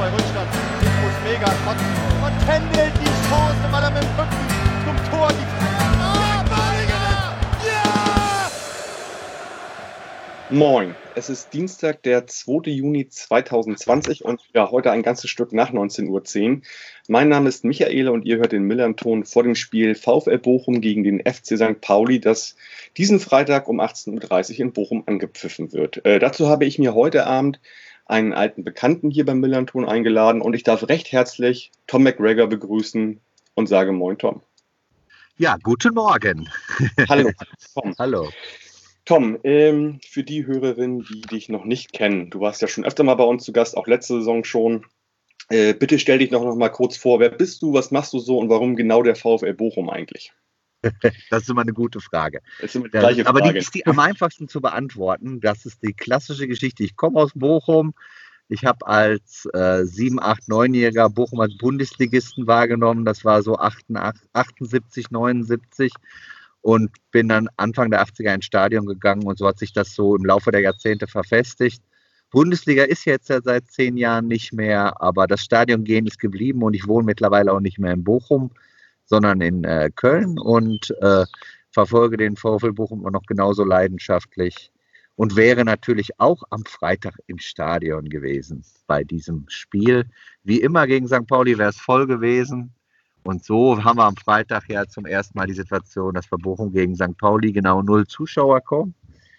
bei Rückstand. Petrus mega und pendelt die Chance, weil er mit dem Rücken zum Tor die Moin, es ist Dienstag, der 2. Juni 2020 und ja, heute ein ganzes Stück nach 19:10 Uhr. Mein Name ist Michael und ihr hört den Millern-Ton vor dem Spiel VfL Bochum gegen den FC St. Pauli, das diesen Freitag um 18:30 Uhr in Bochum angepfiffen wird. Dazu habe ich mir heute Abend einen alten Bekannten hier beim Millern-Ton eingeladen und ich darf recht herzlich Tom McGregor begrüßen und sage Moin, Tom. Ja, guten Morgen. Hallo, Tom. Hallo. Tom, für die Hörerinnen, die dich noch nicht kennen, du warst ja schon öfter mal bei uns zu Gast, auch letzte Saison schon. Bitte stell dich noch mal kurz vor, wer bist du, was machst du so und warum genau der VfL Bochum eigentlich? Das ist immer eine gute Frage. Das ist immer die gleiche Frage. Aber die ist am einfachsten zu beantworten. Das ist die klassische Geschichte. Ich komme aus Bochum. Ich habe als 7-, 8-, 9-Jähriger Bochum als Bundesligisten wahrgenommen. Das war so 78, 79. Und bin dann Anfang der 80er ins Stadion gegangen und so hat sich das so im Laufe der Jahrzehnte verfestigt. Bundesliga ist jetzt ja seit 10 Jahren nicht mehr, aber das Stadiongehen ist geblieben und ich wohne mittlerweile auch nicht mehr in Bochum, sondern in Köln und verfolge den VfL Bochum immer noch genauso leidenschaftlich und wäre natürlich auch am Freitag im Stadion gewesen bei diesem Spiel. Wie immer gegen St. Pauli wäre es voll gewesen. Und so haben wir am Freitag ja zum ersten Mal die Situation, dass bei Bochum gegen St. Pauli genau 0 Zuschauer kommen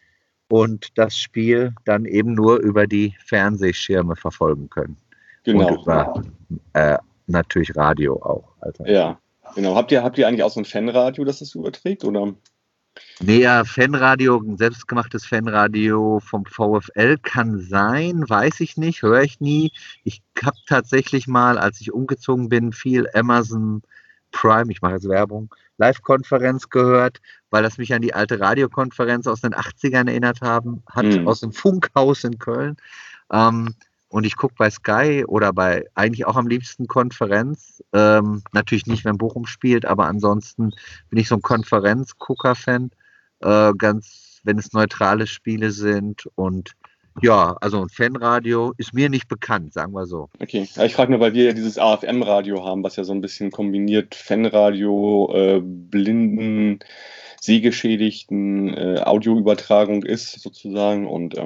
und das Spiel dann eben nur über die Fernsehschirme verfolgen können. Genau. Und über natürlich Radio auch. Ja, genau. Habt ihr eigentlich auch so ein Fanradio, das das überträgt, oder? Nee, ja, Fanradio, ein selbstgemachtes Fanradio vom VfL kann sein, weiß ich nicht, höre ich nie. Ich habe tatsächlich mal, als ich umgezogen bin, viel Amazon Prime, ich mache jetzt Werbung, Live-Konferenz gehört, weil das mich an die alte Radiokonferenz aus den 80ern erinnert hat, aus dem Funkhaus in Köln. Und ich gucke bei Sky oder bei eigentlich auch am liebsten Konferenz. Natürlich nicht, wenn Bochum spielt, aber ansonsten bin ich so ein Konferenz-Gucker-Fan. Ganz, wenn es neutrale Spiele sind. Und ja, also ein Fanradio ist mir nicht bekannt, sagen wir so. Okay, ja, ich frage nur, weil wir ja dieses AFM-Radio haben, was ja so ein bisschen kombiniert Fanradio, Blinden, Sehgeschädigten, Audioübertragung ist sozusagen und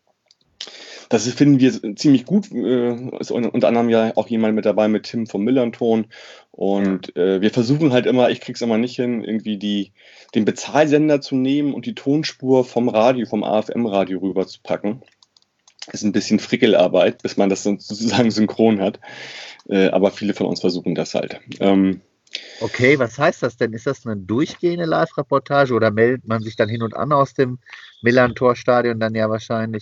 das finden wir ziemlich gut. Ist unter anderem ja auch jemand mit dabei mit Tim vom Millern-Ton. Und wir versuchen halt immer, ich krieg's immer nicht hin, irgendwie den Bezahlsender zu nehmen und die Tonspur vom Radio, vom AFM-Radio rüber zu packen. Ist ein bisschen Frickelarbeit, bis man das sozusagen synchron hat. Aber viele von uns versuchen das halt. Okay, was heißt das denn? Ist das eine durchgehende Live-Reportage oder meldet man sich dann hin und an aus dem Millern-Tor-Stadion dann ja wahrscheinlich?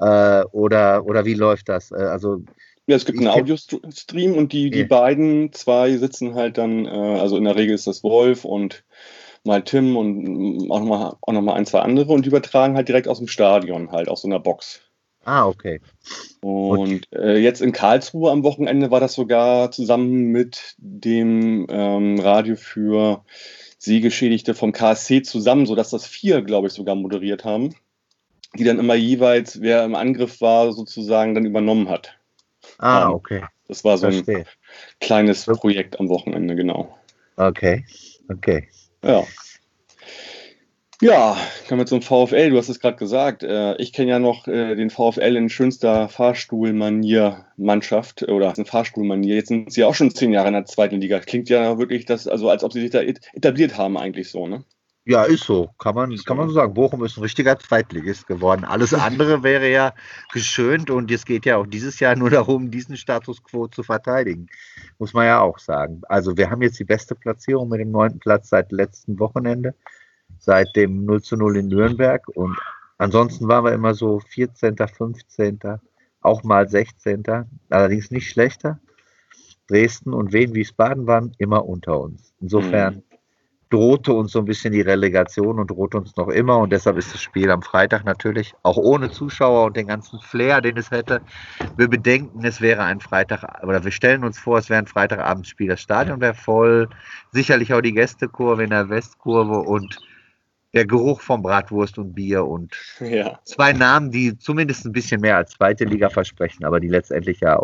Oder wie läuft das? Ja, es gibt einen Audiostream und die beiden, zwei sitzen halt dann, also in der Regel ist das Wolf und mal Tim und auch noch mal ein, zwei andere und die übertragen halt direkt aus dem Stadion, halt aus so einer Box. Ah, okay. Und jetzt in Karlsruhe am Wochenende war das sogar zusammen mit dem Radio für Sehgeschädigte vom KSC zusammen, sodass das 4, glaube ich, sogar moderiert haben, die dann immer jeweils, wer im Angriff war, sozusagen dann übernommen hat. Ah, okay. Das war so ein kleines Projekt am Wochenende, genau. Okay. Ja. Ja, kommen wir zum VfL. Du hast es gerade gesagt. Ich kenne ja noch den VfL in schönster Fahrstuhlmanier-Mannschaft oder in Fahrstuhlmanier. Jetzt sind sie auch schon 10 Jahre in der zweiten Liga. Klingt ja wirklich, als ob sie sich da etabliert haben eigentlich so, ne? Ja, ist so. Kann man so sagen. Bochum ist ein richtiger Zweitligist geworden. Alles andere wäre ja geschönt und es geht ja auch dieses Jahr nur darum, diesen Status quo zu verteidigen. Muss man ja auch sagen. Also wir haben jetzt die beste Platzierung mit dem 9. Platz seit letztem Wochenende. Seit dem 0:0 in Nürnberg und ansonsten waren wir immer so 14., 15., auch mal 16., allerdings nicht schlechter. Dresden und Wien-Wiesbaden waren immer unter uns. Insofern drohte uns so ein bisschen die Relegation und droht uns noch immer und deshalb ist das Spiel am Freitag natürlich auch ohne Zuschauer und den ganzen Flair, den es hätte. Wir bedenken, es wäre ein Freitag, oder wir stellen uns vor, es wäre ein Freitagabendspiel, das Stadion wäre voll, sicherlich auch die Gästekurve in der Westkurve und der Geruch von Bratwurst und Bier und 2 Namen, die zumindest ein bisschen mehr als zweite Liga versprechen, aber die letztendlich ja auch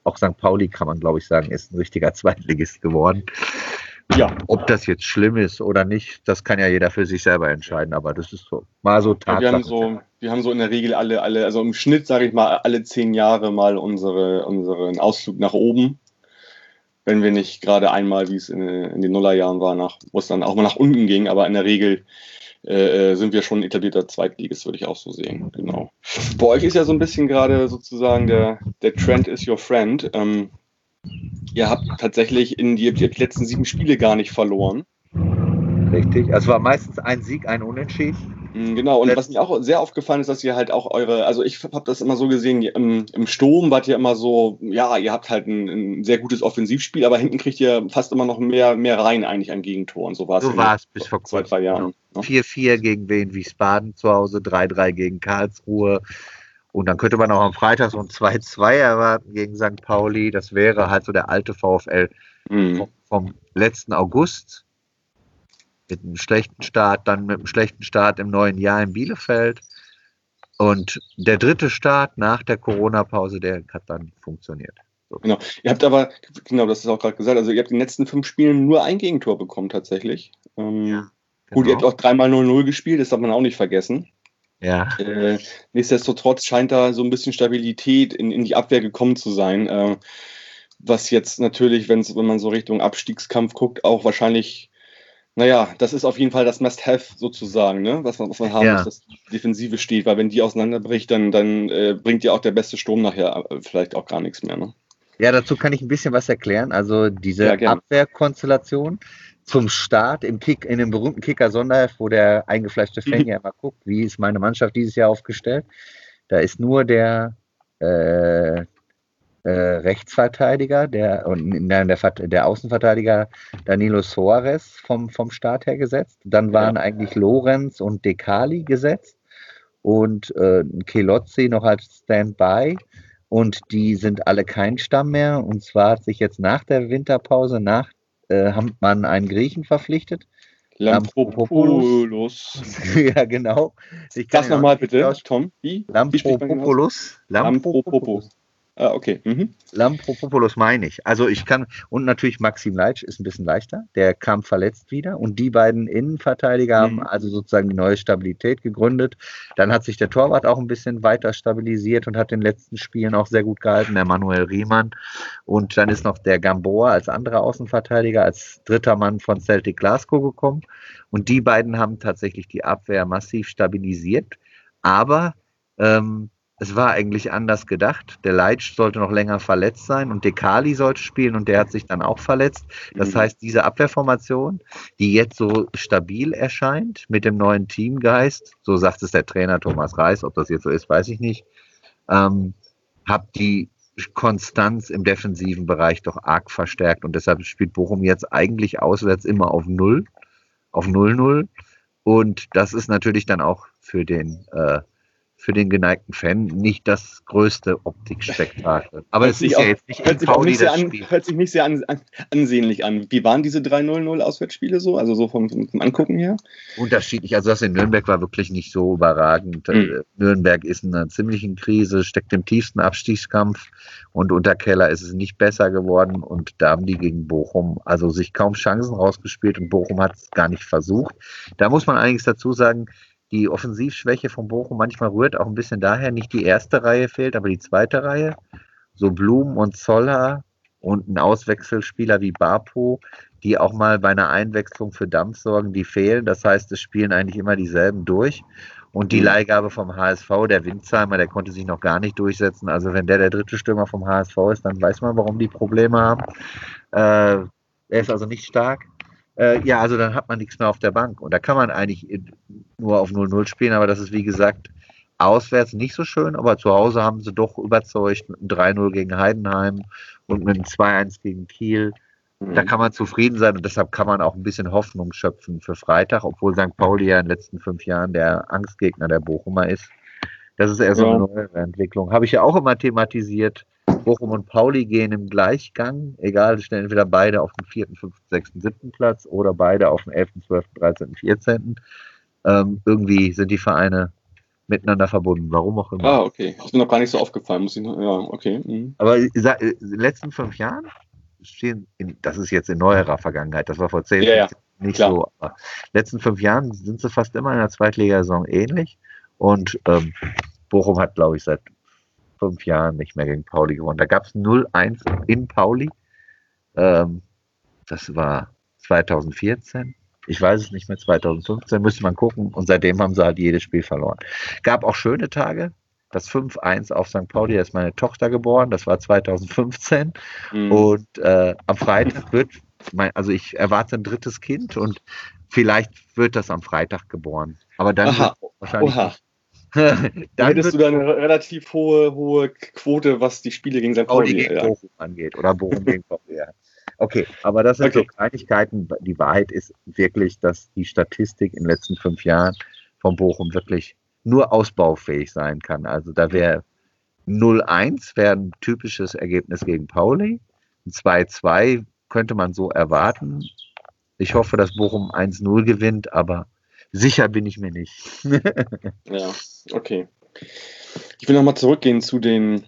auch St. Pauli, kann man glaube ich sagen, ist ein richtiger Zweitligist geworden. Ja. Ob das jetzt schlimm ist oder nicht, das kann ja jeder für sich selber entscheiden, aber das ist so mal so Tatsache. Wir haben so in der Regel alle, also im Schnitt, sage ich mal, alle 10 Jahre mal unseren Ausflug nach oben. Wenn wir nicht gerade einmal, wie es in den Nullerjahren war, wo es dann auch mal nach unten ging, aber in der Regel sind wir schon ein etablierter Zweitligist, würde ich auch so sehen. Genau. Bei euch ist ja so ein bisschen gerade sozusagen der Trend is your friend. Ihr habt tatsächlich die letzten 7 Spiele gar nicht verloren. Richtig. Also war meistens ein Sieg, ein Unentschieden. Genau, und was mir auch sehr aufgefallen ist, dass ihr halt auch also ich habe das immer so gesehen, im Sturm wart ihr immer so, ja, ihr habt halt ein sehr gutes Offensivspiel, aber hinten kriegt ihr fast immer noch mehr rein eigentlich an Gegentoren. So war es bis vor 2-3 Jahren. Genau. 4-4 gegen Wien Wiesbaden zu Hause, 3-3 gegen Karlsruhe. Und dann könnte man auch am Freitag so ein 2-2 erwarten gegen St. Pauli. Das wäre halt so der alte VfL vom letzten August. Mit einem schlechten Start, dann mit einem schlechten Start im neuen Jahr in Bielefeld. Und der dritte Start nach der Corona-Pause, der hat dann funktioniert. So. Genau. Ihr habt aber, genau, das ist auch gerade gesagt, also ihr habt in den letzten 5 Spielen nur ein Gegentor bekommen tatsächlich. Ja, genau. Gut, ihr habt auch 3-mal 0-0 gespielt, das darf man auch nicht vergessen. Ja. Nichtsdestotrotz scheint da so ein bisschen Stabilität in die Abwehr gekommen zu sein. Was jetzt natürlich, wenn man so Richtung Abstiegskampf guckt, auch wahrscheinlich, naja, das ist auf jeden Fall das Must-Have sozusagen, ne? was man haben muss, dass die Defensive steht, weil wenn die auseinanderbricht, dann bringt ja auch der beste Sturm nachher vielleicht auch gar nichts mehr. Ne? Ja, dazu kann ich ein bisschen was erklären. Also diese Abwehrkonstellation zum Start in dem berühmten Kicker-Sonderheft, wo der eingefleischte Fan ja immer guckt, wie ist meine Mannschaft dieses Jahr aufgestellt. Da ist nur der Rechtsverteidiger, der Außenverteidiger Danilo Soares vom Start her gesetzt. Dann waren eigentlich Lorenz und Dekali gesetzt und Kelozzi noch als Standby. Und die sind alle kein Stamm mehr. Und zwar hat sich jetzt nach der Winterpause hat man einen Griechen verpflichtet. Lampropoulos. Ja, genau. Sag nochmal bitte, Tom. Lampropoulos. Ah, okay. Lampropoulos meine ich. Also und natürlich Maxim Leitsch ist ein bisschen leichter. Der kam verletzt wieder und die beiden Innenverteidiger haben also sozusagen die neue Stabilität gegründet. Dann hat sich der Torwart auch ein bisschen weiter stabilisiert und hat in den letzten Spielen auch sehr gut gehalten, der Manuel Riemann. Und dann ist noch der Gamboa als anderer Außenverteidiger, als dritter Mann von Celtic Glasgow gekommen. Und die beiden haben tatsächlich die Abwehr massiv stabilisiert. Aber es war eigentlich anders gedacht. Der Leitsch sollte noch länger verletzt sein und Dekali sollte spielen und der hat sich dann auch verletzt. Das heißt, diese Abwehrformation, die jetzt so stabil erscheint mit dem neuen Teamgeist, so sagt es der Trainer Thomas Reis, ob das jetzt so ist, weiß ich nicht, hat die Konstanz im defensiven Bereich doch arg verstärkt und deshalb spielt Bochum jetzt eigentlich auswärts immer auf 0-0 und das ist natürlich dann auch für den geneigten Fan nicht das größte Optikspektakel. Aber es ist ja jetzt nicht hört sich nicht sehr ansehnlich an. Wie waren diese 3-0-0 Auswärtsspiele so? Also so vom Angucken her? Unterschiedlich. Also das in Nürnberg war wirklich nicht so überragend. Nürnberg ist in einer ziemlichen Krise, steckt im tiefsten Abstiegskampf und unter Keller ist es nicht besser geworden und da haben die gegen Bochum also sich kaum Chancen rausgespielt und Bochum hat es gar nicht versucht. Da muss man allerdings dazu sagen, die Offensivschwäche von Bochum manchmal rührt auch ein bisschen daher, nicht die erste Reihe fehlt, aber die zweite Reihe. So Blum und Zoller und ein Auswechselspieler wie Barpo, die auch mal bei einer Einwechslung für Dampf sorgen, die fehlen. Das heißt, es spielen eigentlich immer dieselben durch. Und die Leihgabe vom HSV, der Winzheimer, der konnte sich noch gar nicht durchsetzen. Also wenn der dritte Stürmer vom HSV ist, dann weiß man, warum die Probleme haben. Er ist also nicht stark. Also dann hat man nichts mehr auf der Bank. Und da kann man eigentlich nur auf 0-0 spielen, aber das ist, wie gesagt, auswärts nicht so schön, aber zu Hause haben sie doch überzeugt mit einem 3-0 gegen Heidenheim und mit einem 2-1 gegen Kiel. Da kann man zufrieden sein und deshalb kann man auch ein bisschen Hoffnung schöpfen für Freitag, obwohl St. Pauli ja in den letzten 5 Jahren der Angstgegner der Bochumer ist. Das ist eher so eine neue Entwicklung. Habe ich ja auch immer thematisiert. Bochum und Pauli gehen im Gleichgang, egal, stellen entweder beide auf den 4., 5., 6., 7. Platz oder beide auf den 11., 12., 13., 14. Irgendwie sind die Vereine miteinander verbunden, warum auch immer. Ah, okay. Ist mir noch gar nicht so aufgefallen. Ja, okay. Mhm. Aber in den letzten 5 Jahren das ist jetzt in neuerer Vergangenheit, das war vor 10, Ja, ja, 15 nicht klar. so, aber in den letzten 5 Jahren sind sie fast immer in der Zweitligasaison ähnlich und Bochum hat, glaube ich, seit 5 Jahren nicht mehr gegen Pauli gewonnen. Da gab es 0-1 in Pauli, das war 2014. Ich weiß es nicht mehr, 2015, müsste man gucken. Und seitdem haben sie halt jedes Spiel verloren. Gab auch schöne Tage. Das 5-1 auf St. Pauli, da ist meine Tochter geboren, das war 2015. Und am Freitag also ich erwarte ein 3. Kind und vielleicht wird das am Freitag geboren. Aber dann wird wahrscheinlich nicht. Dann hättest du da eine relativ hohe Quote, was die Spiele gegen St. Pauli Bochum angeht. Oder Bochum gegen Pauli. Okay, aber das sind so Kleinigkeiten. Die Wahrheit ist wirklich, dass die Statistik in den letzten 5 Jahren von Bochum wirklich nur ausbaufähig sein kann. Also da wäre 0-1 wäre ein typisches Ergebnis gegen Pauli. Ein 2-2 könnte man so erwarten. Ich hoffe, dass Bochum 1-0 gewinnt, aber sicher bin ich mir nicht. Ja, okay. Ich will nochmal zurückgehen zu den.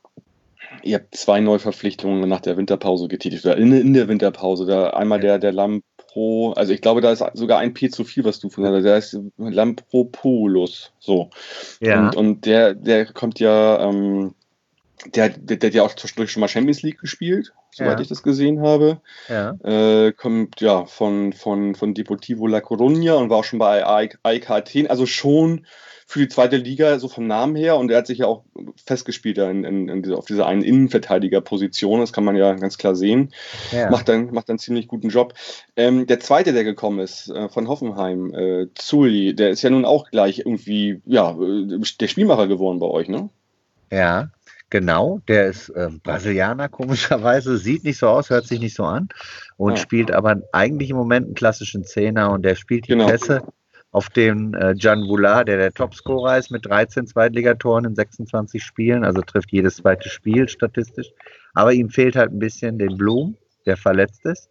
Ihr habt 2 Neuverpflichtungen nach der Winterpause getätigt, oder in der Winterpause. Einmal der Lampro, also ich glaube, da ist sogar ein P zu viel, was du von hast. Der ist Lampropoulos. So. Ja. Und der kommt ja, der hat ja auch zwischendurch schon mal Champions League gespielt, soweit ich das gesehen habe. Ja. Kommt ja von Deportivo La Coruña und war auch schon bei AEK Athen, also schon für die zweite Liga, so vom Namen her, und er hat sich ja auch festgespielt auf dieser einen Innenverteidigerposition, das kann man ja ganz klar sehen. Ja. Macht dann einen ziemlich guten Job. Der zweite, der gekommen ist, von Hoffenheim, Zuli, der ist ja nun auch gleich irgendwie, der Spielmacher geworden bei euch, ne? Ja, genau. Der ist Brasilianer, komischerweise, sieht nicht so aus, hört sich nicht so an und spielt aber eigentlich im Moment einen klassischen Zehner und der spielt die Pässe auf den Can Vula, der Topscorer ist mit 13 Zweitligatoren in 26 Spielen, also trifft jedes zweite Spiel statistisch. Aber ihm fehlt halt ein bisschen den Blum, der verletzt ist.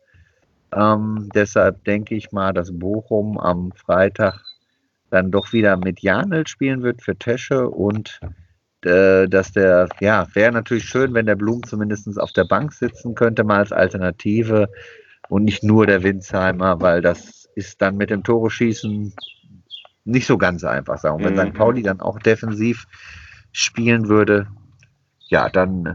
Deshalb denke ich mal, dass Bochum am Freitag dann doch wieder mit Janel spielen wird für Tesche und dass wäre natürlich schön, wenn der Blum zumindest auf der Bank sitzen könnte, mal als Alternative und nicht nur der Winsheimer, weil das ist dann mit dem Tore-Schießen nicht so ganz einfach, sagen. Und wenn St. Pauli dann auch defensiv spielen würde, ja, dann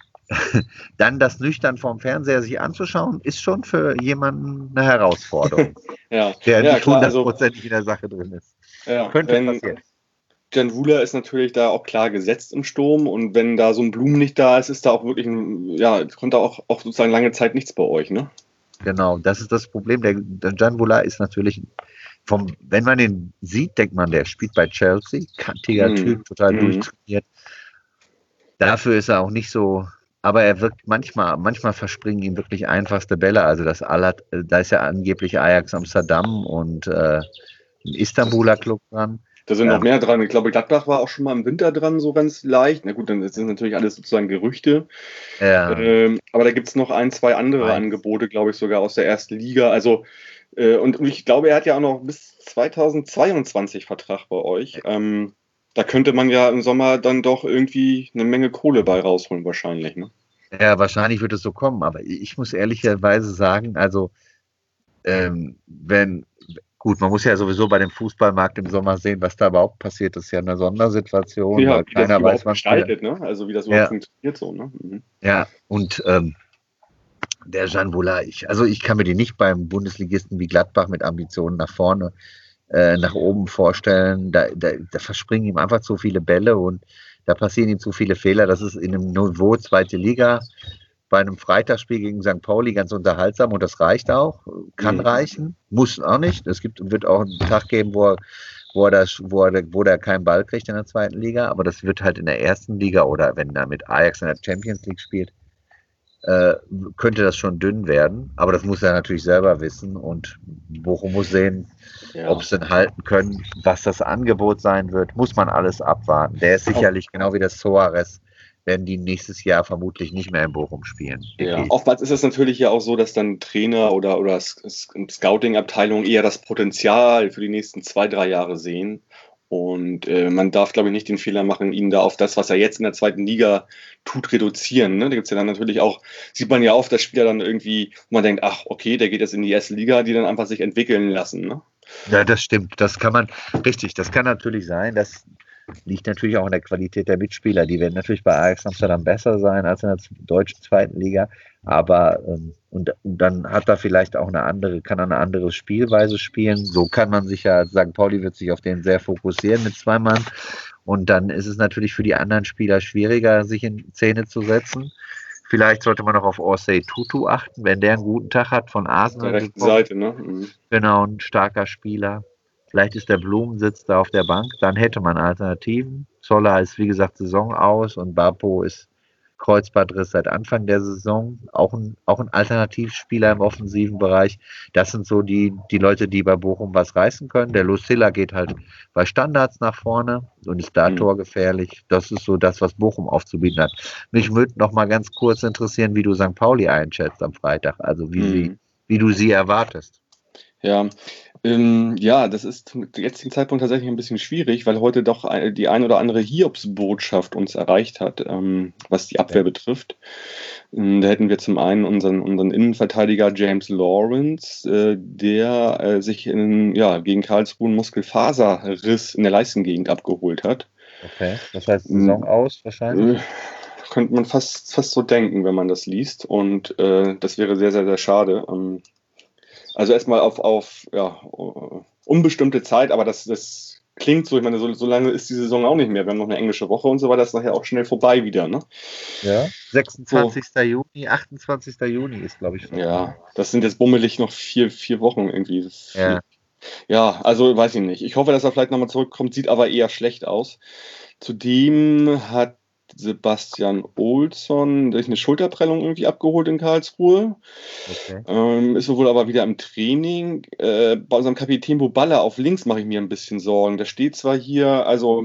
das nüchtern vorm Fernseher sich anzuschauen, ist schon für jemanden eine Herausforderung, der nicht hundertprozentig in der Sache drin ist. Ja, könnte passieren. Can Vula ist natürlich da auch klar gesetzt im Sturm und wenn da so ein Blum nicht da ist, ist da auch wirklich kommt da auch sozusagen lange Zeit nichts bei euch, ne? Genau, das ist das Problem. Der Can Vula ist natürlich, wenn man den sieht, denkt man, der spielt bei Chelsea, kantiger Typ, total durchtrainiert. Dafür ist er auch nicht so, aber er wirkt manchmal verspringen ihm wirklich einfachste Bälle. Also da ist ja angeblich Ajax Amsterdam und ein Istanbuler Club dran. Da sind noch mehr dran. Ich glaube, Gladbach war auch schon mal im Winter dran, so ganz leicht. Na gut, dann sind natürlich alles sozusagen Gerüchte. Ja. Aber da gibt es noch 1, 2 andere Angebote, glaube ich, sogar aus der ersten Liga. Also, und ich glaube, er hat ja auch noch bis 2022 Vertrag bei euch. Da könnte man ja im Sommer dann doch irgendwie eine Menge Kohle bei rausholen, wahrscheinlich, ne? Ja, wahrscheinlich wird es so kommen. Aber ich muss ehrlicherweise sagen, also, gut, man muss ja sowieso bei dem Fußballmarkt im Sommer sehen, was da überhaupt passiert. Das ist ja eine Sondersituation. Ja, weil wie keiner das weiß, was gestaltet, ne? Also wie das überhaupt funktioniert so, ne? Ja, und der Can Vula, ich kann mir den nicht beim Bundesligisten wie Gladbach mit Ambitionen nach vorne, nach oben vorstellen. Da verspringen ihm einfach zu viele Bälle und da passieren ihm zu viele Fehler. Das ist in einem Niveau zweite Liga bei einem Freitagsspiel gegen St. Pauli ganz unterhaltsam und das reicht auch, kann reichen, muss auch nicht. Wird auch einen Tag geben, wo er keinen Ball kriegt in der zweiten Liga, aber das wird halt in der ersten Liga oder wenn er mit Ajax in der Champions League spielt, könnte das schon dünn werden, aber das muss er natürlich selber wissen und Bochum muss sehen, ob sie ihn halten können, was das Angebot sein wird, muss man alles abwarten. Der ist sicherlich, genau wie der Soares, werden die nächstes Jahr vermutlich nicht mehr in Bochum spielen. Ja, oftmals ist es natürlich ja auch so, dass dann Trainer oder Scouting-Abteilungen eher das Potenzial für die nächsten 2, 3 Jahre sehen Und man darf, glaube ich, nicht den Fehler machen, ihn da auf das, was er jetzt in der zweiten Liga tut, reduzieren. Ne? Da gibt es ja dann natürlich auch, sieht man ja oft, dass Spieler dann irgendwie, wo man denkt, ach, okay, der geht jetzt in die erste Liga, die dann einfach sich entwickeln lassen. Ne? Ja, das stimmt. Das kann natürlich sein. Das liegt natürlich auch an der Qualität der Mitspieler. Die werden natürlich bei Ajax Amsterdam besser sein als in der deutschen zweiten Liga. Aber und dann hat er vielleicht auch kann er eine andere Spielweise spielen. So kann man sich ja, St. Pauli wird sich auf den sehr fokussieren mit 2 Mann. Und dann ist es natürlich für die anderen Spieler schwieriger, sich in Szene zu setzen. Vielleicht sollte man noch auf Osei Tutu achten, wenn der einen guten Tag hat von Arsenal. Auf der rechten Seite, ne? Genau, ein starker Spieler. Vielleicht ist der Blumensitz da auf der Bank, dann hätte man Alternativen. Zoller ist, wie gesagt, Saison aus und Bapo ist Kreuzbandriss seit Anfang der Saison. Auch ein Alternativspieler im offensiven Bereich. Das sind so die Leute, die bei Bochum was reißen können. Der Lucilla geht halt bei Standards nach vorne und ist da torgefährlich. Das ist so das, was Bochum aufzubieten hat. Mich würde noch mal ganz kurz interessieren, wie du St. Pauli einschätzt am Freitag. Also wie du sie erwartest. Ja, das ist zum jetzigen Zeitpunkt tatsächlich ein bisschen schwierig, weil heute doch die ein oder andere Hiobsbotschaft uns erreicht hat, was die Abwehr betrifft. Da hätten wir zum einen unseren Innenverteidiger James Lawrence, der sich gegen Karlsruhe einen Muskelfaserriss in der Leistengegend abgeholt hat. Okay, das heißt Saison aus wahrscheinlich? Könnte man fast so denken, wenn man das liest. Und das wäre sehr, sehr, sehr schade. Also erstmal auf unbestimmte Zeit, aber das klingt so, ich meine, so lange ist die Saison auch nicht mehr. Wir haben noch eine englische Woche und so weiter, das ist nachher auch schnell vorbei wieder, ne? Ja, 26. Juni, 28. Juni ist, glaube ich. Ja, das sind jetzt bummelig noch vier Wochen irgendwie. Ja, also weiß ich nicht. Ich hoffe, dass er vielleicht nochmal zurückkommt, sieht aber eher schlecht aus. Zudem hat Sebastian Olsson durch eine Schulterprellung irgendwie abgeholt in Karlsruhe. Okay. Ist wohl aber wieder im Training. Bei unserem Kapitän Buballa auf links mache ich mir ein bisschen Sorgen. Der steht zwar hier, also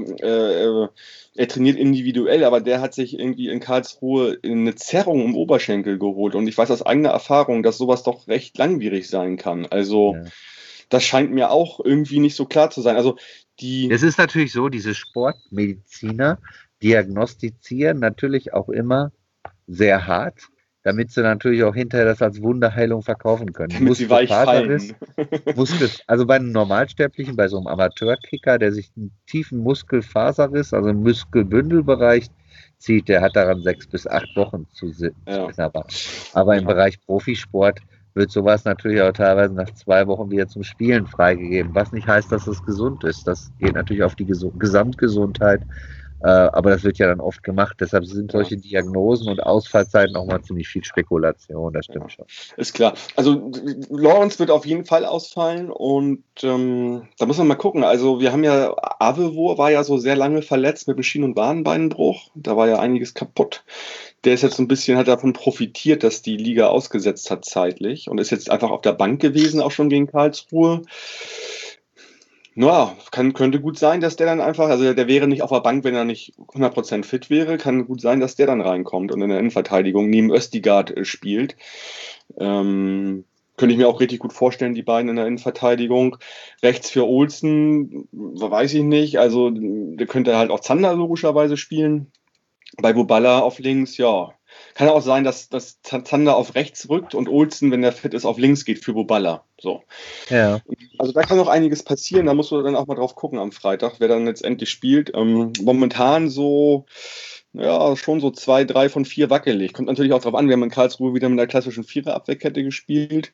er trainiert individuell, aber der hat sich irgendwie in Karlsruhe eine Zerrung im Oberschenkel geholt. Und ich weiß aus eigener Erfahrung, dass sowas doch recht langwierig sein kann. Also das scheint mir auch irgendwie nicht so klar zu sein. Also es ist natürlich so, diese Sportmediziner diagnostizieren natürlich auch immer sehr hart, damit sie natürlich auch hinterher das als Wunderheilung verkaufen können. Damit sie weich fallen. Also bei einem Normalsterblichen, bei so einem Amateurkicker, der sich einen tiefen Muskelfaserriss, also im Muskelbündelbereich zieht, der hat daran 6 bis 8 Wochen zu knabbern. Aber im Bereich Profisport wird sowas natürlich auch teilweise nach 2 Wochen wieder zum Spielen freigegeben, was nicht heißt, dass es gesund ist. Das geht natürlich auf die Gesamtgesundheit. Aber das wird ja dann oft gemacht, deshalb sind solche Diagnosen und Ausfallzeiten auch mal ziemlich viel Spekulation, das stimmt schon. Ist klar. Also Lawrence wird auf jeden Fall ausfallen und da muss man mal gucken. Also wir haben ja, Avevor war ja so sehr lange verletzt mit dem Schien- und Wadenbeinbruch, da war ja einiges kaputt. Der ist jetzt ein bisschen, hat davon profitiert, dass die Liga ausgesetzt hat zeitlich und ist jetzt einfach auf der Bank gewesen, auch schon gegen Karlsruhe. Ja, könnte gut sein, dass der dann einfach, also der wäre nicht auf der Bank, wenn er nicht 100% fit wäre, kann gut sein, dass der dann reinkommt und in der Innenverteidigung neben Östigard spielt. Könnte ich mir auch richtig gut vorstellen, die beiden in der Innenverteidigung. Rechts für Olsen, weiß ich nicht, also der könnte halt auch Zander logischerweise spielen. Bei Buballa auf links, ja. Kann auch sein, dass Zander auf rechts rückt und Olsen, wenn der fit ist, auf links geht für Buballa. So. Ja. Also da kann noch einiges passieren, da musst du dann auch mal drauf gucken am Freitag, wer dann letztendlich spielt. Momentan so, ja, schon so 2, 3 von 4 wackelig. Kommt natürlich auch drauf an, wir haben in Karlsruhe wieder mit einer klassischen Vierer-Abwehrkette gespielt.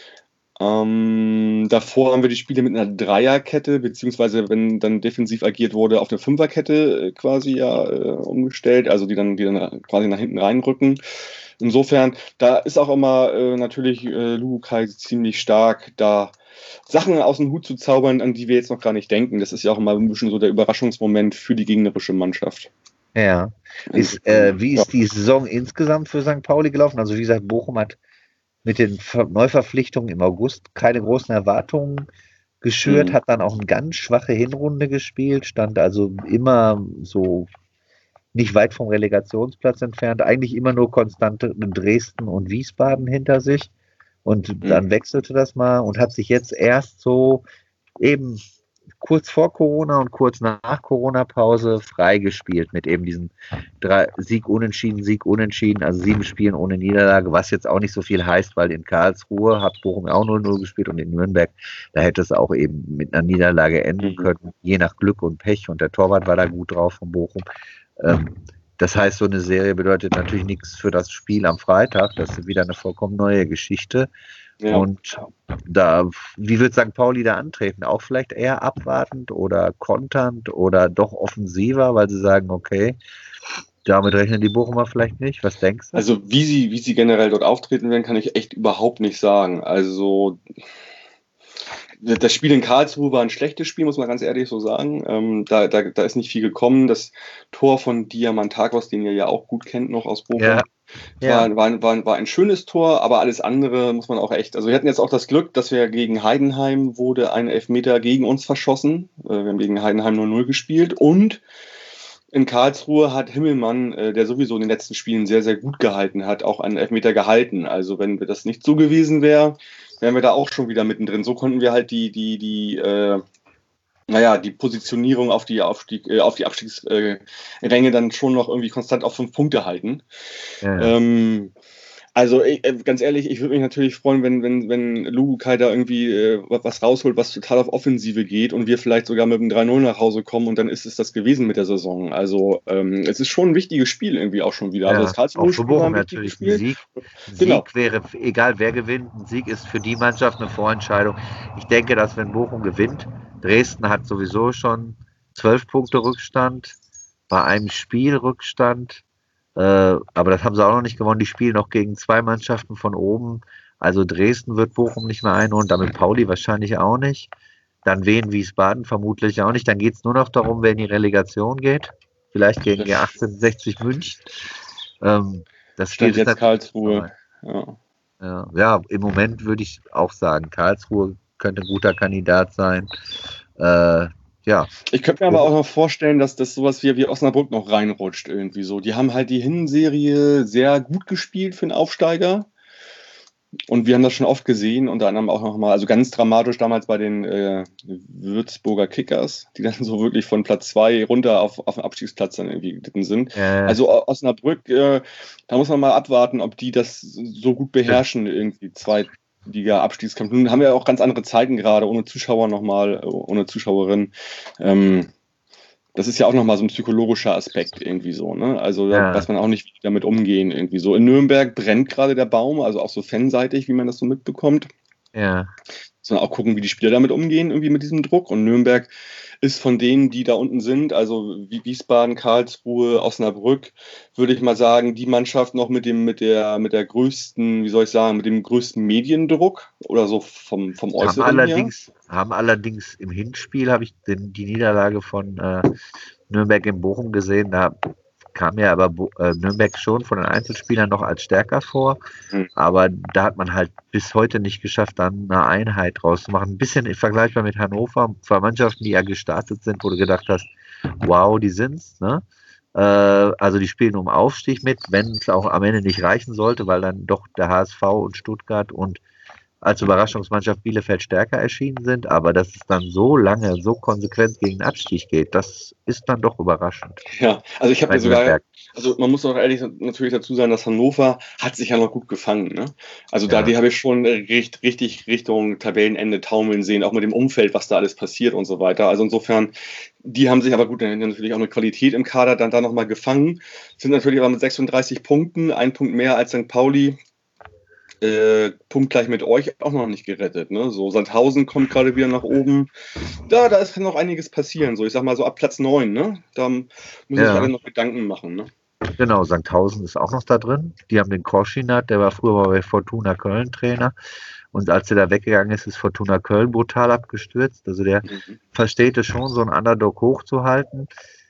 Davor haben wir die Spiele mit einer Dreierkette, beziehungsweise wenn dann defensiv agiert wurde, auf eine Fünferkette quasi umgestellt, also die dann quasi nach hinten reinrücken. Insofern, da ist auch immer natürlich Lukai ziemlich stark, da Sachen aus dem Hut zu zaubern, an die wir jetzt noch gar nicht denken. Das ist ja auch immer ein bisschen so der Überraschungsmoment für die gegnerische Mannschaft. Ja. Wie ist die Saison insgesamt für St. Pauli gelaufen? Also wie gesagt, Bochum hat mit den Neuverpflichtungen im August keine großen Erwartungen geschürt, hat dann auch eine ganz schwache Hinrunde gespielt, stand also immer so nicht weit vom Relegationsplatz entfernt, eigentlich immer nur konstante Dresden und Wiesbaden hinter sich und dann wechselte das mal und hat sich jetzt erst so eben kurz vor Corona und kurz nach Corona-Pause freigespielt mit eben diesen Sieg, Unentschieden, also 7 Spielen ohne Niederlage, was jetzt auch nicht so viel heißt, weil in Karlsruhe hat Bochum auch 0-0 gespielt und in Nürnberg, da hätte es auch eben mit einer Niederlage enden können, je nach Glück und Pech, und der Torwart war da gut drauf von Bochum. Das heißt, so eine Serie bedeutet natürlich nichts für das Spiel am Freitag. Das ist wieder eine vollkommen neue Geschichte. Ja. Und wie wird St. Pauli da antreten? Auch vielleicht eher abwartend oder konternd oder doch offensiver, weil sie sagen, okay, damit rechnen die Bochumer vielleicht nicht. Was denkst du? Also wie sie generell dort auftreten werden, kann ich echt überhaupt nicht sagen. Also das Spiel in Karlsruhe war ein schlechtes Spiel, muss man ganz ehrlich so sagen. Da ist nicht viel gekommen. Das Tor von Diamantakos, den ihr ja auch gut kennt noch aus Bochum, war ein schönes Tor, aber alles andere muss man auch echt. Also wir hatten jetzt auch das Glück, dass wir gegen Heidenheim wurde ein Elfmeter gegen uns verschossen. Wir haben gegen Heidenheim 0-0 gespielt und in Karlsruhe hat Himmelmann, der sowieso in den letzten Spielen sehr, sehr gut gehalten hat, auch einen Elfmeter gehalten. Also wenn das nicht so gewesen wäre, wären wir da auch schon wieder mittendrin. So konnten wir halt die Positionierung auf die Abstiegsränge dann schon noch irgendwie konstant auf 5 Punkte halten. Ja. Also ganz ehrlich, ich würde mich natürlich freuen, wenn Lugukai da irgendwie was rausholt, was total auf Offensive geht und wir vielleicht sogar mit dem 3-0 nach Hause kommen und dann ist es das gewesen mit der Saison. Also es ist schon ein wichtiges Spiel irgendwie auch schon wieder. Ja, also das Karlsruhe-Spiel war ein wichtiges Spiel. Ein Sieg wäre, egal wer gewinnt, ein Sieg ist für die Mannschaft eine Vorentscheidung. Ich denke, dass wenn Bochum gewinnt, Dresden hat sowieso schon 12 Punkte Rückstand, bei einem Spiel Rückstand. Aber das haben sie auch noch nicht gewonnen. Die spielen noch gegen 2 Mannschaften von oben. Also Dresden wird Bochum nicht mehr einholen, damit Pauli wahrscheinlich auch nicht. Dann Wien-Wiesbaden vermutlich auch nicht. Dann geht es nur noch darum, wer in die Relegation geht. Vielleicht gegen die 1860 München. Das steht jetzt Karlsruhe. Ja, im Moment würde ich auch sagen, Karlsruhe könnte ein guter Kandidat sein. Ja. Ich könnte mir aber auch noch vorstellen, dass das sowas wie Osnabrück noch reinrutscht irgendwie so. Die haben halt die Hinserie sehr gut gespielt für einen Aufsteiger. Und wir haben das schon oft gesehen, unter anderem auch nochmal, also ganz dramatisch damals bei den Würzburger Kickers, die dann so wirklich von Platz 2 runter auf den Abstiegsplatz dann irgendwie geglitten sind. Also Osnabrück, da muss man mal abwarten, ob die das so gut beherrschen, irgendwie Liga-Abstiegskampf. Nun haben wir auch ganz andere Zeiten gerade, ohne Zuschauer nochmal, ohne Zuschauerin. Das ist ja auch nochmal so ein psychologischer Aspekt irgendwie so, ne? Also da weiß man auch nicht, wie damit umgehen irgendwie so. In Nürnberg brennt gerade der Baum, also auch so fanseitig, wie man das so mitbekommt. Ja. Sondern auch gucken, wie die Spieler damit umgehen, irgendwie mit diesem Druck. Und Nürnberg ist von denen, die da unten sind, also wie Wiesbaden, Karlsruhe, Osnabrück, würde ich mal sagen, die Mannschaft noch mit der größten, wie soll ich sagen, mit dem größten Mediendruck oder so vom Äußeren her. Haben allerdings im Hinspiel, habe ich die Niederlage von Nürnberg in Bochum gesehen, da kam ja aber Nürnberg schon von den Einzelspielern noch als stärker vor, aber da hat man halt bis heute nicht geschafft, dann eine Einheit draus zu machen. Ein bisschen vergleichbar mit Hannover, 2 Mannschaften, die ja gestartet sind, wo du gedacht hast, wow, die sind's, ne? Also die spielen um Aufstieg mit, wenn es auch am Ende nicht reichen sollte, weil dann doch der HSV und Stuttgart und als Überraschungsmannschaft Bielefeld stärker erschienen sind, aber dass es dann so lange, so konsequent gegen den Abstieg geht, das ist dann doch überraschend. Ja, also ich habe ja sogar, also man muss auch ehrlich natürlich dazu sagen, dass Hannover hat sich ja noch gut gefangen, ne? Also die habe ich schon richtig Richtung Tabellenende taumeln sehen, auch mit dem Umfeld, was da alles passiert und so weiter. Also insofern, die haben sich aber gut, dann natürlich auch eine Qualität im Kader dann da nochmal gefangen, sind natürlich aber mit 36 Punkten, 1 Punkt mehr als St. Pauli, punktgleich mit euch auch noch nicht gerettet. Ne? So, Sandhausen kommt gerade wieder nach oben. Da kann noch einiges passieren. So, ich sag mal so ab Platz 9, ne? Da müssen sich alle noch Gedanken machen. Ne? Genau, Sandhausen ist auch noch da drin. Die haben den Korschinat, der war früher mal bei Fortuna Köln Trainer. Und als er da weggegangen ist, ist Fortuna Köln brutal abgestürzt. Also der versteht es schon, so einen Underdog hochzuhalten.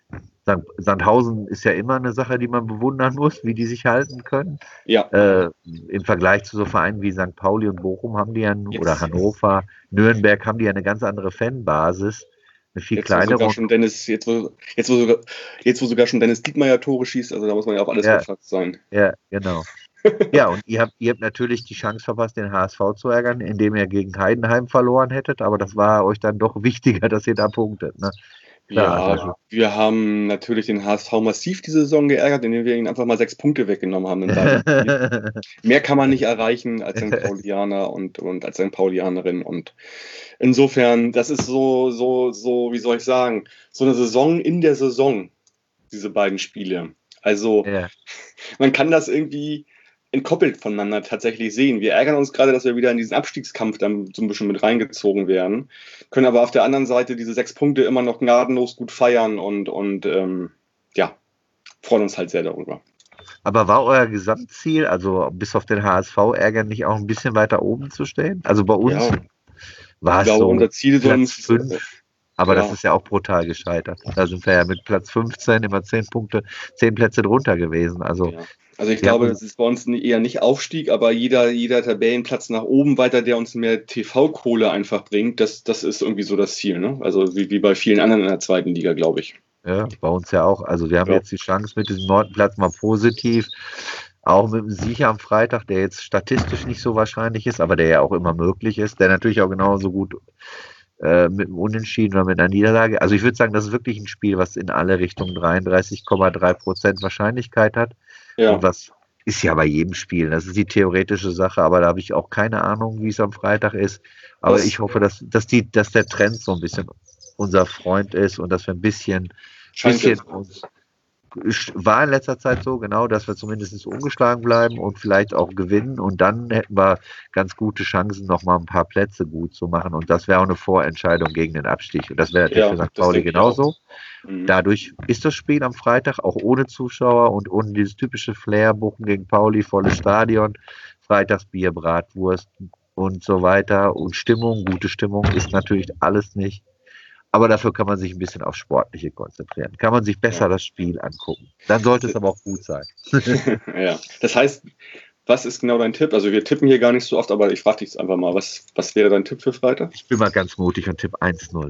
Sandhausen ist ja immer eine Sache, die man bewundern muss, wie die sich halten können. Ja. Im Vergleich zu so Vereinen wie St. Pauli und Bochum haben die ja, oder Hannover, Nürnberg haben die ja eine ganz andere Fanbasis. Eine viel kleinere. Jetzt, wo sogar schon Dennis Diekmeyer Tore schießt, also da muss man ja auf alles gefasst sein. Ja, genau. Ja, und ihr habt natürlich die Chance verpasst, den HSV zu ärgern, indem ihr gegen Heidenheim verloren hättet, aber das war euch dann doch wichtiger, dass ihr da punktet. Ne? Klar, Ja, wir haben natürlich den HSV massiv diese Saison geärgert, indem wir ihnen einfach mal 6 Punkte weggenommen haben in beiden Spielen. Mehr kann man nicht erreichen als St. Paulianer und als St. Paulianerin. Und insofern, das ist so, wie soll ich sagen, so eine Saison in der Saison, diese beiden Spiele. Also ja. man kann das irgendwie entkoppelt voneinander tatsächlich sehen. Wir ärgern uns gerade, dass wir wieder in diesen Abstiegskampf dann so ein bisschen mit reingezogen werden, können aber auf der anderen Seite diese 6 Punkte immer noch gnadenlos gut feiern und freuen uns halt sehr darüber. Aber war euer Gesamtziel, also bis auf den HSV-Ärger, nicht auch ein bisschen weiter oben zu stehen? Also bei uns war es so unser Ziel Platz 5, aber ja. das ist ja auch brutal gescheitert. Da sind wir ja mit Platz 15 immer 10 Plätze drunter gewesen. Also ich glaube, das ist bei uns eher nicht Aufstieg, aber jeder Tabellenplatz nach oben weiter, der uns mehr TV-Kohle einfach bringt, das ist irgendwie so das Ziel. Ne? Also wie bei vielen anderen in der zweiten Liga, glaube ich. Ja, bei uns ja auch. Also wir haben jetzt die Chance mit diesem 9. Platz mal positiv, auch mit dem Sieg am Freitag, der jetzt statistisch nicht so wahrscheinlich ist, aber der ja auch immer möglich ist, der natürlich auch genauso gut mit einem Unentschieden oder mit einer Niederlage. Also ich würde sagen, das ist wirklich ein Spiel, was in alle Richtungen 33,3% Wahrscheinlichkeit hat. Ja. Und was ist ja bei jedem Spiel. Das ist die theoretische Sache, aber da habe ich auch keine Ahnung, wie es am Freitag ist. Aber ich hoffe, dass der Trend so ein bisschen unser Freund ist und dass wir ein bisschen uns war in letzter Zeit so, genau, dass wir zumindest ungeschlagen bleiben und vielleicht auch gewinnen und dann hätten wir ganz gute Chancen, nochmal ein paar Plätze gut zu machen und das wäre auch eine Vorentscheidung gegen den Abstieg und das wäre natürlich für St. Pauli genauso. Dadurch ist das Spiel am Freitag auch ohne Zuschauer und ohne dieses typische Flair, Bochum gegen Pauli, volles Stadion, Freitagsbier, Bratwurst und so weiter und Stimmung, gute Stimmung ist natürlich alles nicht. Aber dafür kann man sich ein bisschen auf Sportliche konzentrieren. Kann man sich besser das Spiel angucken. Dann sollte es aber auch gut sein. Ja, das heißt, was ist genau dein Tipp? Also wir tippen hier gar nicht so oft, aber ich frage dich jetzt einfach mal, was wäre dein Tipp für Freitag? Ich bin mal ganz mutig und tippe 1-0.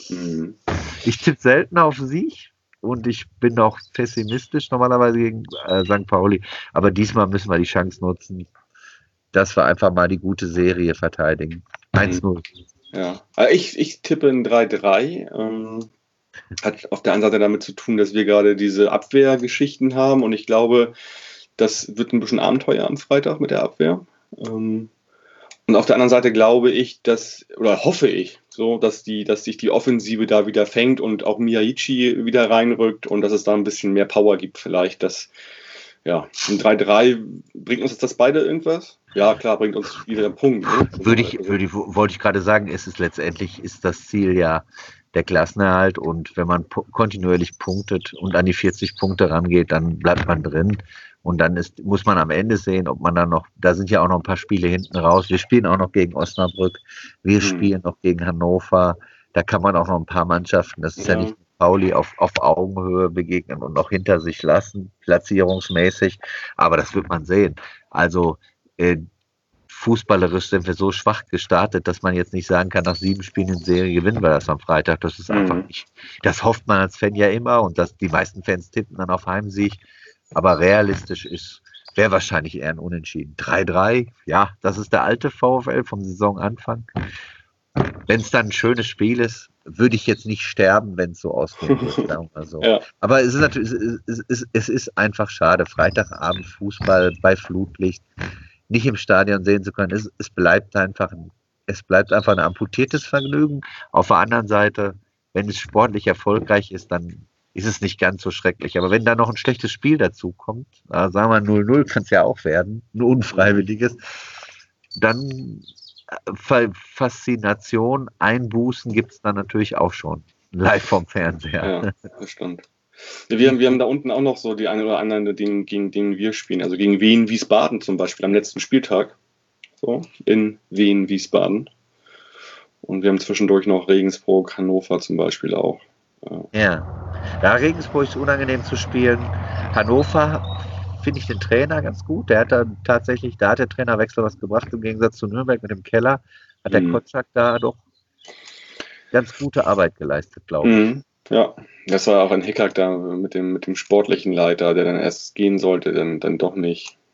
Ich tippe selten auf Sieg und ich bin auch pessimistisch normalerweise gegen St. Pauli. Aber diesmal müssen wir die Chance nutzen, dass wir einfach mal die gute Serie verteidigen. 1-0. Ja, ich tippe ein 3-3. Hat auf der einen Seite damit zu tun, dass wir gerade diese Abwehrgeschichten haben und ich glaube, das wird ein bisschen Abenteuer am Freitag mit der Abwehr. Und auf der anderen Seite glaube ich, hoffe ich, so, dass sich die Offensive da wieder fängt und auch Miyaichi wieder reinrückt und dass es da ein bisschen mehr Power gibt vielleicht, ein 3-3, bringt uns das beide irgendwas? Ja, klar, bringt uns wieder einen Punkt. Ne? Wollte ich gerade sagen, letztendlich ist das Ziel ja der Klassenerhalt und wenn man kontinuierlich punktet und an die 40 Punkte rangeht, dann bleibt man drin und dann muss man am Ende sehen, ob man dann noch, da sind ja auch noch ein paar Spiele hinten raus, wir spielen auch noch gegen Osnabrück, wir spielen noch gegen Hannover, da kann man auch noch ein paar Mannschaften, das ist ja nicht Pauli auf Augenhöhe begegnen und noch hinter sich lassen, platzierungsmäßig. Aber das wird man sehen. Also fußballerisch sind wir so schwach gestartet, dass man jetzt nicht sagen kann, nach 7 Spielen in Serie gewinnen wir das am Freitag. Das ist einfach nicht. Das hofft man als Fan ja immer und die meisten Fans tippen dann auf Heimsieg. Aber realistisch wäre wahrscheinlich eher ein Unentschieden. 3-3, ja, das ist der alte VfL vom Saisonanfang. Wenn es dann ein schönes Spiel ist, würde ich jetzt nicht sterben, wenn es so ausgehen würde, sagen wir mal so. Ja. Aber es ist natürlich, es ist einfach schade, Freitagabend Fußball bei Flutlicht nicht im Stadion sehen zu können. Es bleibt einfach ein amputiertes Vergnügen. Auf der anderen Seite, wenn es sportlich erfolgreich ist, dann ist es nicht ganz so schrecklich. Aber wenn da noch ein schlechtes Spiel dazu kommt, sagen wir 0-0 kann es ja auch werden, ein unfreiwilliges, dann Faszination, Einbußen gibt es dann natürlich auch schon. Live vom Fernseher. Ja, das stimmt. Wir haben da unten auch noch so die eine oder andere, gegen den wir spielen. Also gegen Wien-Wiesbaden zum Beispiel am letzten Spieltag. So, in Wien-Wiesbaden. Und wir haben zwischendurch noch Regensburg, Hannover zum Beispiel auch. Ja, Regensburg ist unangenehm zu spielen. Hannover finde ich den Trainer ganz gut. Da hat der Trainerwechsel was gebracht, im Gegensatz zu Nürnberg mit dem Keller. Hat der Kotschak da doch ganz gute Arbeit geleistet, glaube ich. Ja, das war auch ein Hickhack da mit dem sportlichen Leiter, der dann erst gehen sollte, dann doch nicht.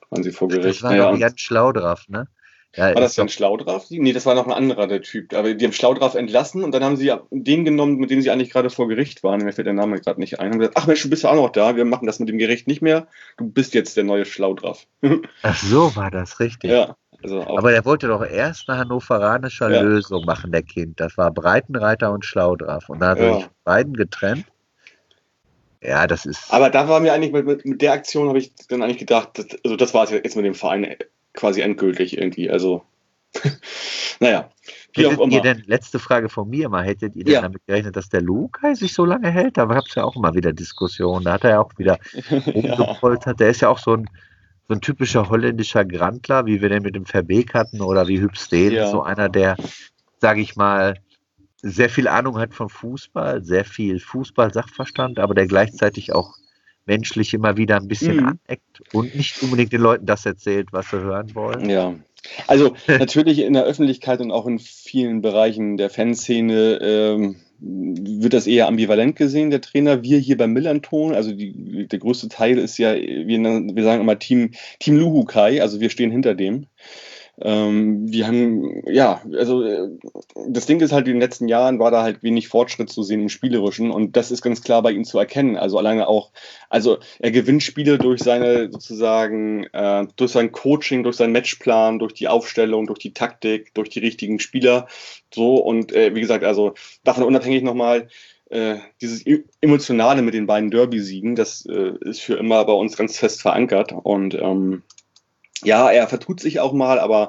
waren sie vor Gericht. Das war doch Jan Schlaudraff, ne? Ja, war das Jan Schlaudraff? Nee, das war noch ein anderer, der Typ. Aber die haben Schlaudraff entlassen und dann haben sie den genommen, mit dem sie eigentlich gerade vor Gericht waren. Mir fällt der Name gerade nicht ein. Haben gesagt, ach Mensch, du bist ja auch noch da. Wir machen das mit dem Gericht nicht mehr. Du bist jetzt der neue Schlaudraff. Ach so, war das richtig. Ja. Also auch. Aber der wollte doch erst eine hannoveranische Lösung machen, der Kind. Das war Breitenreiter und Schlaudraff. Und da hat er sich beiden getrennt. Ja, das ist. Aber da war mir eigentlich mit der Aktion, habe ich dann eigentlich gedacht, das war es jetzt mit dem Verein quasi endgültig irgendwie. Also, naja. Hättet ihr denn, letzte Frage von mir mal, hättet ihr denn damit gerechnet, dass der Lukai sich so lange hält? Da gab es ja auch immer wieder Diskussionen. Da hat er ja auch wieder rumgepoltert. Der ist ja auch so ein typischer holländischer Grandler, wie wir den mit dem Verbeek hatten oder wie Hübsteen. Ja. So einer, der, sage ich mal, sehr viel Ahnung hat von Fußball, sehr viel Fußball-Sachverstand, aber der gleichzeitig auch menschlich immer wieder ein bisschen aneckt und nicht unbedingt den Leuten das erzählt, was sie hören wollen. Ja, also natürlich in der Öffentlichkeit und auch in vielen Bereichen der Fanszene wird das eher ambivalent gesehen, der Trainer. Wir hier beim Millanton, also der größte Teil ist ja, wir sagen immer Team Luhukai, also wir stehen hinter dem. Wir haben, also das Ding ist halt, in den letzten Jahren war da halt wenig Fortschritt zu sehen im Spielerischen und das ist ganz klar bei ihm zu erkennen. Also alleine auch, also er gewinnt Spiele durch seine sozusagen, durch sein Coaching, durch seinen Matchplan, durch die Aufstellung, durch die Taktik, durch die richtigen Spieler. So und wie gesagt, also davon unabhängig nochmal, dieses Emotionale mit den beiden Derby-Siegen, das ist für immer bei uns ganz fest verankert und ja, er vertut sich auch mal, aber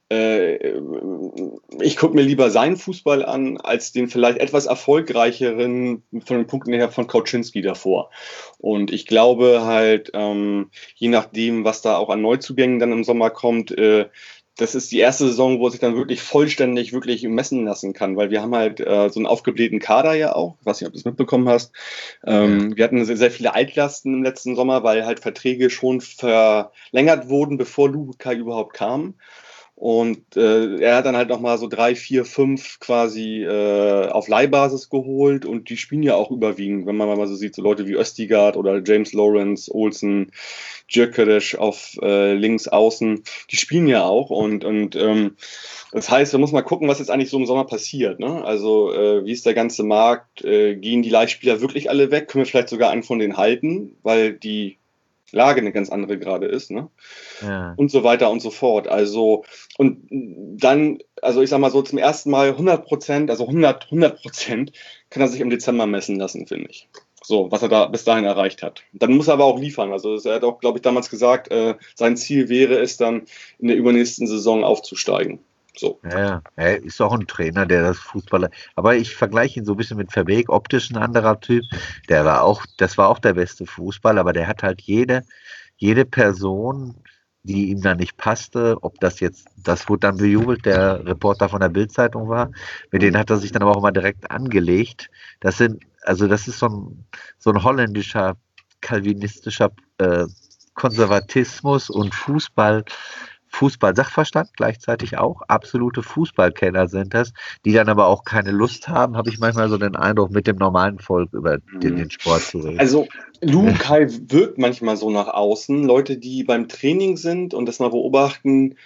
ich gucke mir lieber seinen Fußball an, als den vielleicht etwas erfolgreicheren von den Punkten her von Kauczynski davor. Und ich glaube halt, je nachdem, was da auch an Neuzugängen dann im Sommer kommt, das ist die erste Saison, wo er sich dann wirklich vollständig wirklich messen lassen kann, weil wir haben halt so einen aufgeblähten Kader ja auch, ich weiß nicht, ob du es mitbekommen hast. Wir hatten sehr, sehr viele Altlasten im letzten Sommer, weil halt Verträge schon verlängert wurden, bevor Luhukai überhaupt kam. Und er hat dann halt nochmal so 3, 4, 5 quasi auf Leihbasis geholt und die spielen ja auch überwiegend, wenn man mal so sieht, so Leute wie Østigard oder James Lawrence, Olsen, Gyökeres auf links außen, die spielen ja auch und das heißt, man muss mal gucken, was jetzt eigentlich so im Sommer passiert. Ne? Also wie ist der ganze Markt, gehen die Leihspieler wirklich alle weg, können wir vielleicht sogar einen von denen halten, weil die Lage eine ganz andere gerade ist, ne? Ja. Und so weiter und so fort. Also, und dann, also ich sag mal so, zum ersten Mal 100%, also 100% kann er sich im Dezember messen lassen, finde ich. So, was er da bis dahin erreicht hat. Dann muss er aber auch liefern. Also er hat auch, glaube ich, damals gesagt, sein Ziel wäre es dann, in der übernächsten Saison aufzusteigen. So. Ja, er ist auch ein Trainer, der das Fußballer. Aber ich vergleiche ihn so ein bisschen mit Verbeek, optisch ein anderer Typ. Das war auch der beste Fußballer, aber der hat halt jede Person, die ihm da nicht passte, ob das wurde dann bejubelt, der Reporter von der Bild-Zeitung war, mit denen hat er sich dann aber auch mal direkt angelegt. Das ist so ein holländischer, kalvinistischer Konservatismus und Fußball-Sachverstand gleichzeitig auch. Absolute Fußballkenner sind das, die dann aber auch keine Lust haben, habe ich manchmal so den Eindruck, mit dem normalen Volk über den Sport zu reden. Also Luhukai wirkt manchmal so nach außen. Leute, die beim Training sind und das mal beobachten,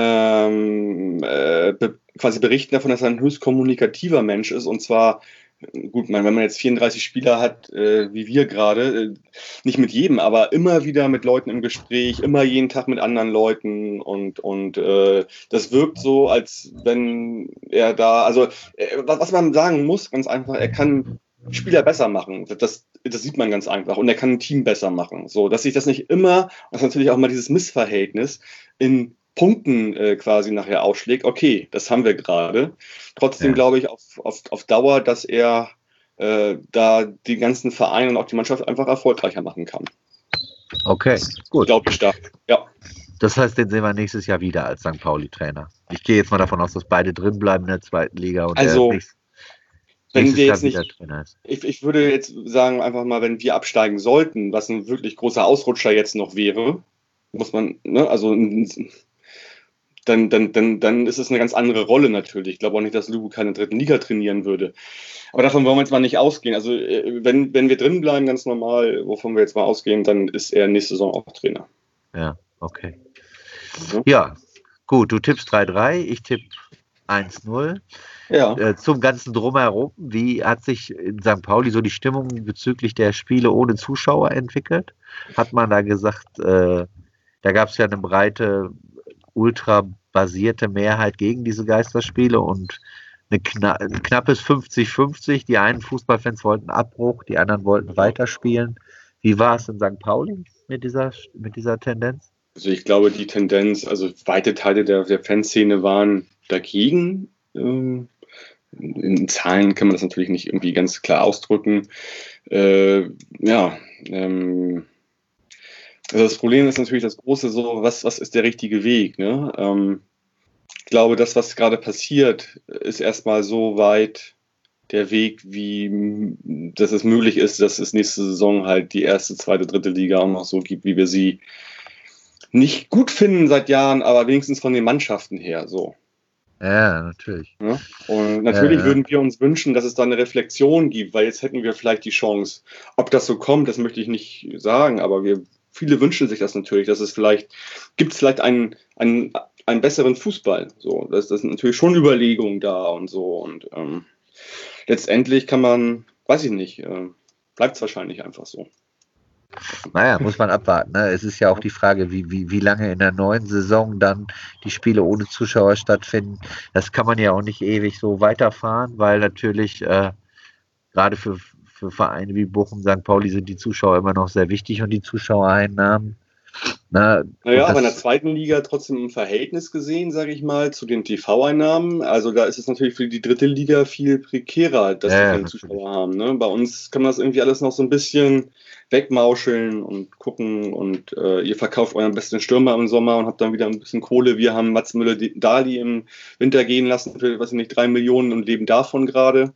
quasi berichten davon, dass er ein höchst kommunikativer Mensch ist und zwar gut, wenn man jetzt 34 Spieler hat, wie wir gerade, nicht mit jedem, aber immer wieder mit Leuten im Gespräch, immer jeden Tag mit anderen Leuten und das wirkt so, als wenn er da, also was man sagen muss, ganz einfach, er kann Spieler besser machen. Das sieht man ganz einfach. Und er kann ein Team besser machen. So, dass sich das nicht immer, das ist natürlich auch mal dieses Missverhältnis in Punkten quasi nachher ausschlägt. Okay, das haben wir gerade. Trotzdem glaube ich auf Dauer, dass er da die ganzen Vereine und auch die Mannschaft einfach erfolgreicher machen kann. Okay, gut. Glaube ich stark, ja. Das heißt, den sehen wir nächstes Jahr wieder als St. Pauli-Trainer. Ich gehe jetzt mal davon aus, dass beide drin bleiben in der zweiten Liga. Und also, wenn wir jetzt nicht, ich würde jetzt sagen, einfach mal, wenn wir absteigen sollten, was ein wirklich großer Ausrutscher jetzt noch wäre, muss man, ne, also dann ist es eine ganz andere Rolle natürlich. Ich glaube auch nicht, dass Lubu keine dritten Liga trainieren würde. Aber davon wollen wir jetzt mal nicht ausgehen. Also wenn wir drin bleiben, ganz normal, wovon wir jetzt mal ausgehen, dann ist er nächste Saison auch Trainer. Ja. Okay. Ja. Ja, gut, du tippst 3-3, ich tippe 1-0. Ja. Zum ganzen Drumherum, wie hat sich in St. Pauli so die Stimmung bezüglich der Spiele ohne Zuschauer entwickelt? Hat man da gesagt, da gab es ja eine breite, ultrabasierte Mehrheit gegen diese Geisterspiele und ein knappes 50-50. Die einen Fußballfans wollten Abbruch, die anderen wollten weiterspielen. Wie war es in St. Pauli mit dieser Tendenz? Also ich glaube, die Tendenz, also weite Teile der Fanszene waren dagegen. In Zahlen kann man das natürlich nicht irgendwie ganz klar ausdrücken. Also das Problem ist natürlich das große so, was ist der richtige Weg? Ne? Ich glaube, das, was gerade passiert, ist erstmal so weit der Weg, wie dass es möglich ist, dass es nächste Saison halt die erste, zweite, dritte Liga auch noch so gibt, wie wir sie nicht gut finden seit Jahren, aber wenigstens von den Mannschaften her so. Ja, natürlich. Ja? Und natürlich würden wir uns wünschen, dass es da eine Reflexion gibt, weil jetzt hätten wir vielleicht die Chance. Ob das so kommt, das möchte ich nicht sagen, aber viele wünschen sich das natürlich, dass es gibt es vielleicht einen besseren Fußball. So, das sind natürlich schon Überlegungen da und so. Und letztendlich kann man, weiß ich nicht, bleibt es wahrscheinlich einfach so. Naja, muss man abwarten. Ne? Es ist ja auch die Frage, wie lange in der neuen Saison dann die Spiele ohne Zuschauer stattfinden. Das kann man ja auch nicht ewig so weiterfahren, weil natürlich gerade für Vereine wie Bochum, St. Pauli sind die Zuschauer immer noch sehr wichtig und die Zuschauereinnahmen. Naja, aber in der zweiten Liga trotzdem im Verhältnis gesehen, sage ich mal, zu den TV-Einnahmen. Also da ist es natürlich für die dritte Liga viel prekärer, dass wir keine Zuschauer haben. Ne? Bei uns kann man das irgendwie alles noch so ein bisschen wegmauscheln und gucken und ihr verkauft euren besten Stürmer im Sommer und habt dann wieder ein bisschen Kohle. Wir haben Mats Müller-Dali im Winter gehen lassen für, weiß ich nicht, 3 Millionen und leben davon gerade.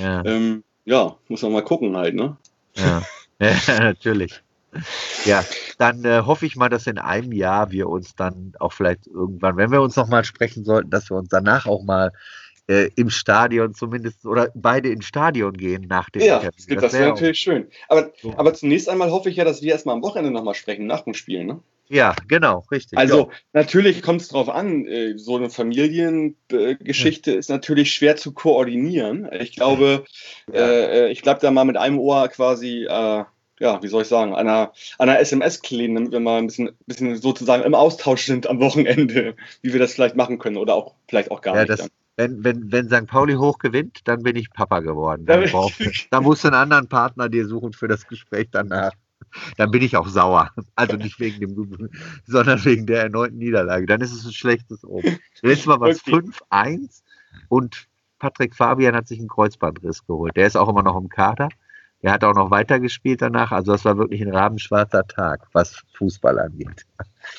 Ja. Muss man mal gucken halt, ne? Ja, natürlich. Ja, dann hoffe ich mal, dass in einem Jahr wir uns dann auch vielleicht irgendwann, wenn wir uns nochmal sprechen sollten, dass wir uns danach auch mal im Stadion zumindest oder beide ins Stadion gehen nach dem Interview. Das wäre natürlich schön. Aber zunächst einmal hoffe ich ja, dass wir erstmal am Wochenende nochmal sprechen, nach dem Spiel, ne? Ja, genau, richtig. Also natürlich kommt es drauf an, so eine Familiengeschichte ist natürlich schwer zu koordinieren. Ich glaube, ich bleibe da mal mit einem Ohr quasi, wie soll ich sagen, einer SMS kleben, damit wir mal ein bisschen sozusagen im Austausch sind am Wochenende, wie wir das vielleicht machen können oder auch vielleicht auch gar nicht. Wenn St. Pauli hoch gewinnt, dann bin ich Papa geworden. Da musst du einen anderen Partner dir suchen für das Gespräch danach. Dann bin ich auch sauer. Also nicht wegen dem, sondern wegen der erneuten Niederlage. Dann ist es ein schlechtes Omen. Letztes Mal war es 5-1 und Patrick Fabian hat sich einen Kreuzbandriss geholt. Der ist auch immer noch im Kader. Der hat auch noch weitergespielt danach. Also das war wirklich ein rabenschwarzer Tag, was Fußball angeht.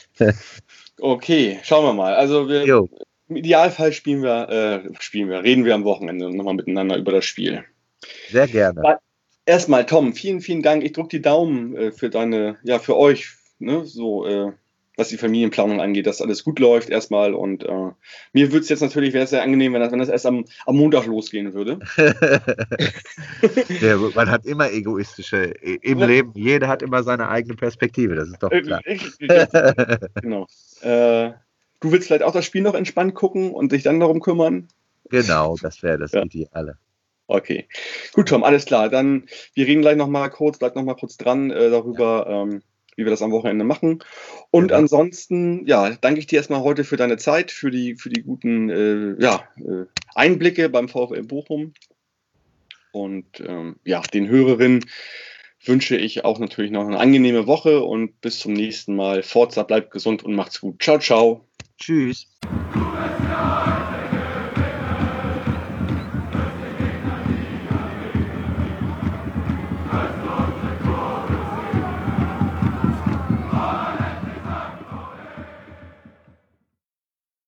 Okay, schauen wir mal. Also im Idealfall reden wir am Wochenende nochmal miteinander über das Spiel. Sehr gerne. Erstmal, Tom, vielen, vielen Dank. Ich drücke die Daumen für euch, ne, so, was die Familienplanung angeht, dass alles gut läuft erstmal. Und mir wäre es sehr angenehm, wenn das erst am Montag losgehen würde. Man hat immer egoistische im Leben. Jeder hat immer seine eigene Perspektive, das ist doch klar. Genau. Du willst vielleicht auch das Spiel noch entspannt gucken und dich dann darum kümmern? Genau, das wäre das Ideale. Okay, gut, Tom, alles klar. Dann, wir reden gleich nochmal kurz, bleib nochmal kurz dran darüber, wie wir das am Wochenende machen. Und ansonsten, danke ich dir erstmal heute für deine Zeit, für die guten Einblicke beim VfL Bochum. Und den Hörerinnen wünsche ich auch natürlich noch eine angenehme Woche und bis zum nächsten Mal. Forza, bleibt gesund und macht's gut. Ciao, ciao. Tschüss.